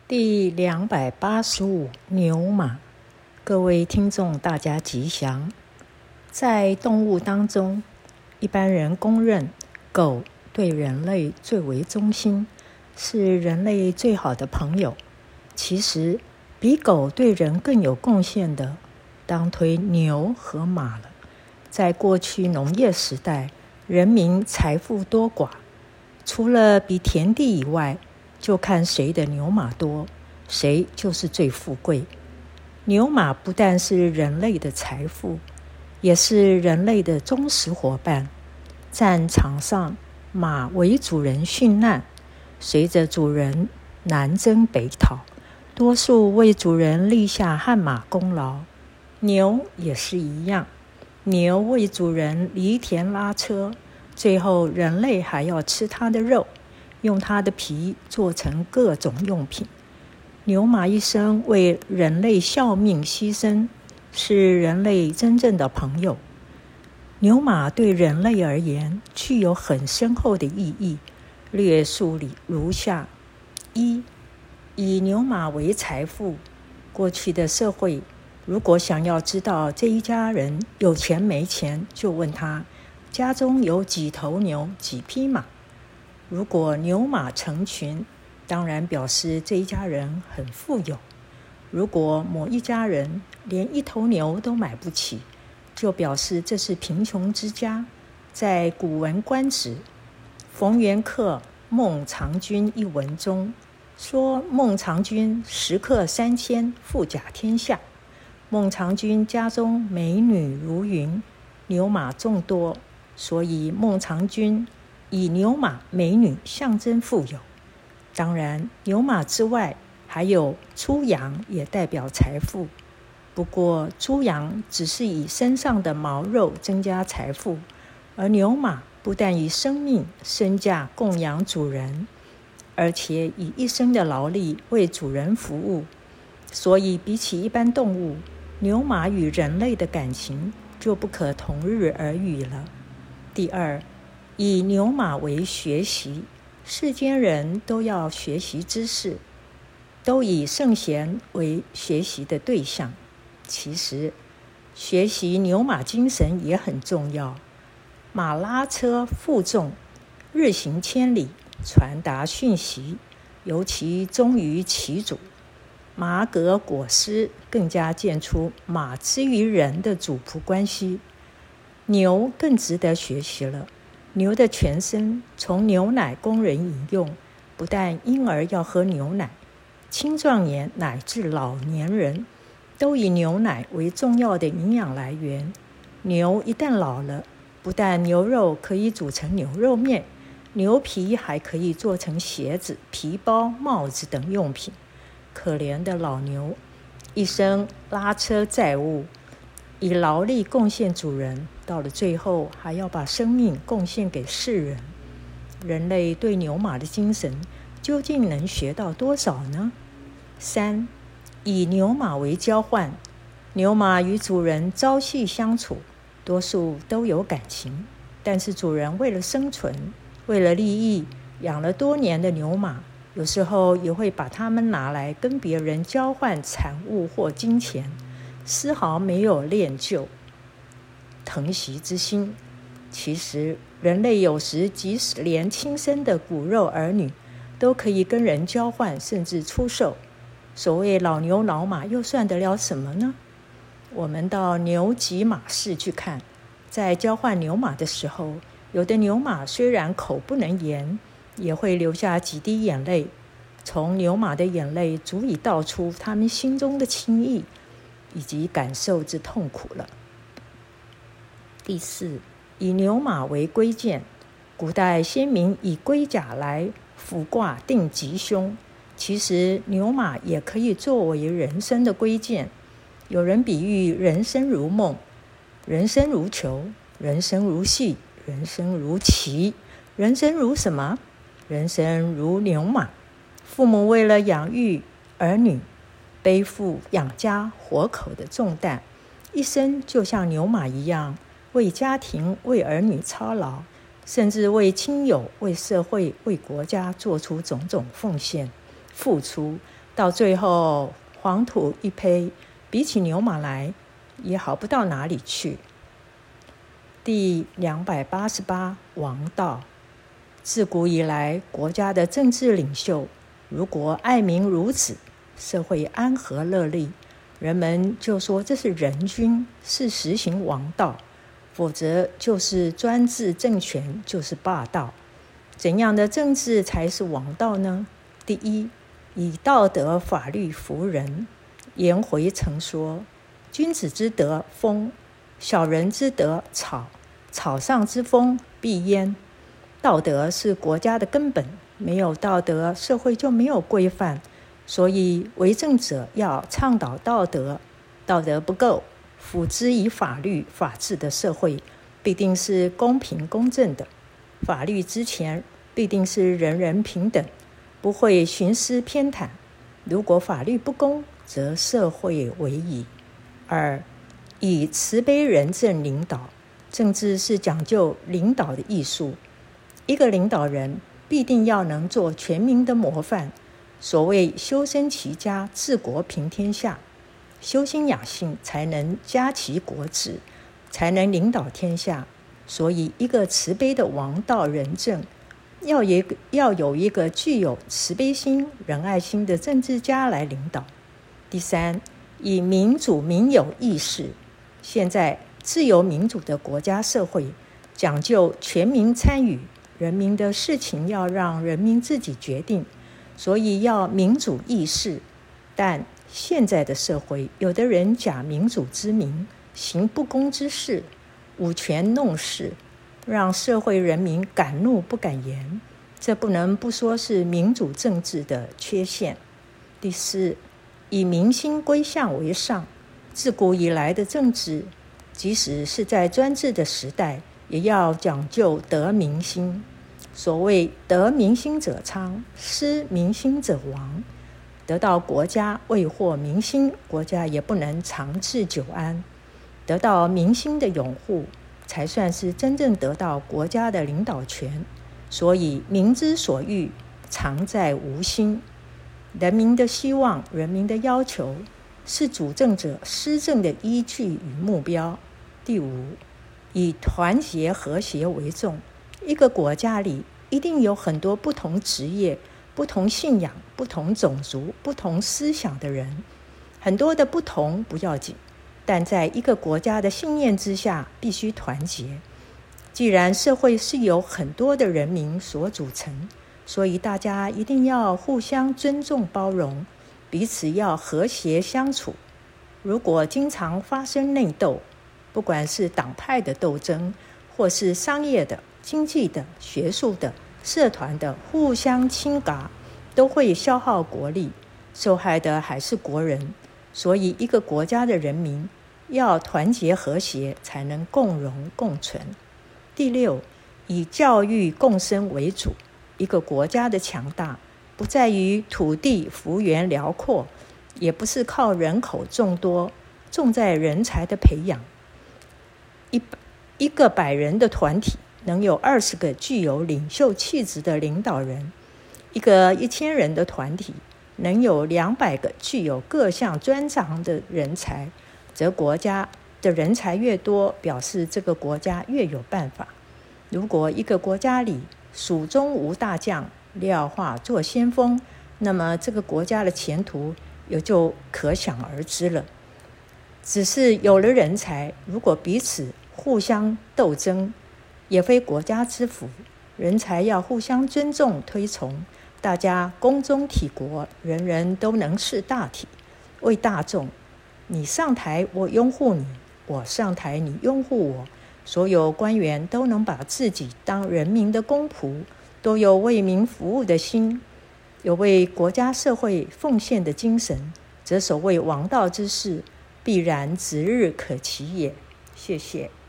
第285牛马，各位听众大家吉祥。在动物当中，一般人公认狗对人类最为忠心，是人类最好的朋友。其实比狗对人更有贡献的，当推牛和马了。在过去农业时代，人民财富多寡，除了比田地以外，就看谁的牛马多，谁就是最富贵。牛马不但是人类的财富，也是人类的忠实伙伴。战场上，马为主人殉难，随着主人南征北讨，多数为主人立下汗马功劳。牛也是一样，牛为主人犁田拉车，最后人类还要吃它的肉，用它的皮做成各种用品。牛马一生为人类效命牺牲，是人类真正的朋友。牛马对人类而言具有很深厚的意义，略述如下：一、以牛马为财富。过去的社会，如果想要知道这一家人有钱没钱，就问他家中有几头牛、几匹马。如果牛马成群，当然表示这一家人很富有。如果某一家人连一头牛都买不起，就表示这是贫穷之家。在《古文观止》冯元客《孟尝君》一文中说，孟尝君食客3000，富甲天下。孟尝君家中美女如云，牛马众多，所以孟尝君以牛马美女象征富有。当然，牛马之外还有猪羊，也代表财富。不过猪羊只是以身上的毛肉增加财富，而牛马不但以生命身价供养主人，而且以一生的劳力为主人服务。所以比起一般动物，牛马与人类的感情就不可同日而语了。第二，以牛马为学习。世间人都要学习知识，都以圣贤为学习的对象。其实学习牛马精神也很重要。马拉车负重，日行千里，传达讯息，尤其忠于其主。马革裹尸更加见出马之于人的主仆关系。牛更值得学习了。牛的全身从牛奶供人饮用，不但婴儿要喝牛奶，青壮年乃至老年人都以牛奶为重要的营养来源。牛一旦老了，不但牛肉可以煮成牛肉面，牛皮还可以做成鞋子、皮包、帽子等用品。可怜的老牛，一生拉车载物，以劳力贡献主人，到了最后还要把生命贡献给世人。人类对牛马的精神究竟能学到多少呢？三、以牛马为交换。牛马与主人朝夕相处，多数都有感情，但是主人为了生存，为了利益，养了多年的牛马，有时候也会把它们拿来跟别人交换产物或金钱，丝毫没有恋旧疼惜之心。其实人类有时即使连亲生的骨肉儿女都可以跟人交换，甚至出售。所谓老牛老马，又算得了什么呢？我们到牛集马市去看，在交换牛马的时候，有的牛马虽然口不能言，也会流下几滴眼泪。从牛马的眼泪足以道出他们心中的情意以及感受之痛苦了。第四，以牛马为圭剑。古代先民以龟甲来卜卦定吉凶，其实牛马也可以作为人生的圭剑。有人比喻人生如梦，人生如球，人生如戏，人生如棋，人生如什么？人生如牛马。父母为了养育儿女，背负养家活口的重担，一生就像牛马一样，为家庭、为儿女操劳，甚至为亲友、为社会、为国家做出种种奉献、付出， 到最后黄土一坯，比起牛马来也好不到哪里去。第288，王道。自古以来，国家的政治领袖如果爱民如子，社会安和乐利，人们就说这是人君，是实行王道，否则就是专制政权，就是霸道。怎样的政治才是王道呢？第一，以道德法律服人。颜回曾说：君子之德风，小人之德草，草上之风必偃。道德是国家的根本，没有道德，社会就没有规范。所以为政者要倡导道德，道德不够，辅之以法律法治的社会必定是公平公正的。法律之前必定是人人平等，不会徇私偏袒。如果法律不公，则社会危矣。二，以慈悲仁政领导。政治是讲究领导的艺术，一个领导人必定要能做全民的模范。所谓修身齐家治国平天下，修心养性才能家齐国治，才能领导天下。所以一个慈悲的王道仁政，要有一个具有慈悲心仁爱心的政治家来领导。第三，以民主民有意识。现在自由民主的国家社会讲究全民参与，人民的事情要让人民自己决定，所以要民主意识。但现在的社会，有的人假民主之名，行不公之事，舞权弄事，让社会人民敢怒不敢言，这不能不说是民主政治的缺陷。第四，以民心归向为上。自古以来的政治，即使是在专制的时代，也要讲究得民心。所谓得民心者昌，失民心者亡。得到国家未获民心，国家也不能长治久安。得到民心的拥护，才算是真正得到国家的领导权。所以民之所欲，常在吾心。人民的希望，人民的要求，是主政者施政的依据与目标。第五，以团结和谐为重。一个国家里一定有很多不同职业、不同信仰、不同种族、不同思想的人，很多的不同不要紧，但在一个国家的信念之下，必须团结。既然社会是由很多的人民所组成，所以大家一定要互相尊重包容，彼此要和谐相处。如果经常发生内斗，不管是党派的斗争，或是商业的、经济的、学术的、社团的互相倾轧，都会消耗国力，受害的还是国人。所以一个国家的人民要团结和谐，才能共荣共存。第六，以教育共生为主。一个国家的强大，不在于土地幅员辽阔，也不是靠人口众多，重在人才的培养。一个100人的团体，能有20个具有领袖气质的领导人；一个1000人的团体，能有200个具有各项专长的人才，则国家的人才越多，表示这个国家越有办法。如果一个国家里蜀中无大将，廖化作先锋，那么这个国家的前途也就可想而知了。只是有了人才，如果彼此互相斗争，也非国家之福。人才要互相尊重推崇，大家宫中体国，人人都能是大体，为大众。你上台，我拥护你；我上台，你拥护我。所有官员都能把自己当人民的公仆，都有为民服务的心，有为国家社会奉献的精神，则所谓王道之事，必然指日可期也。谢谢。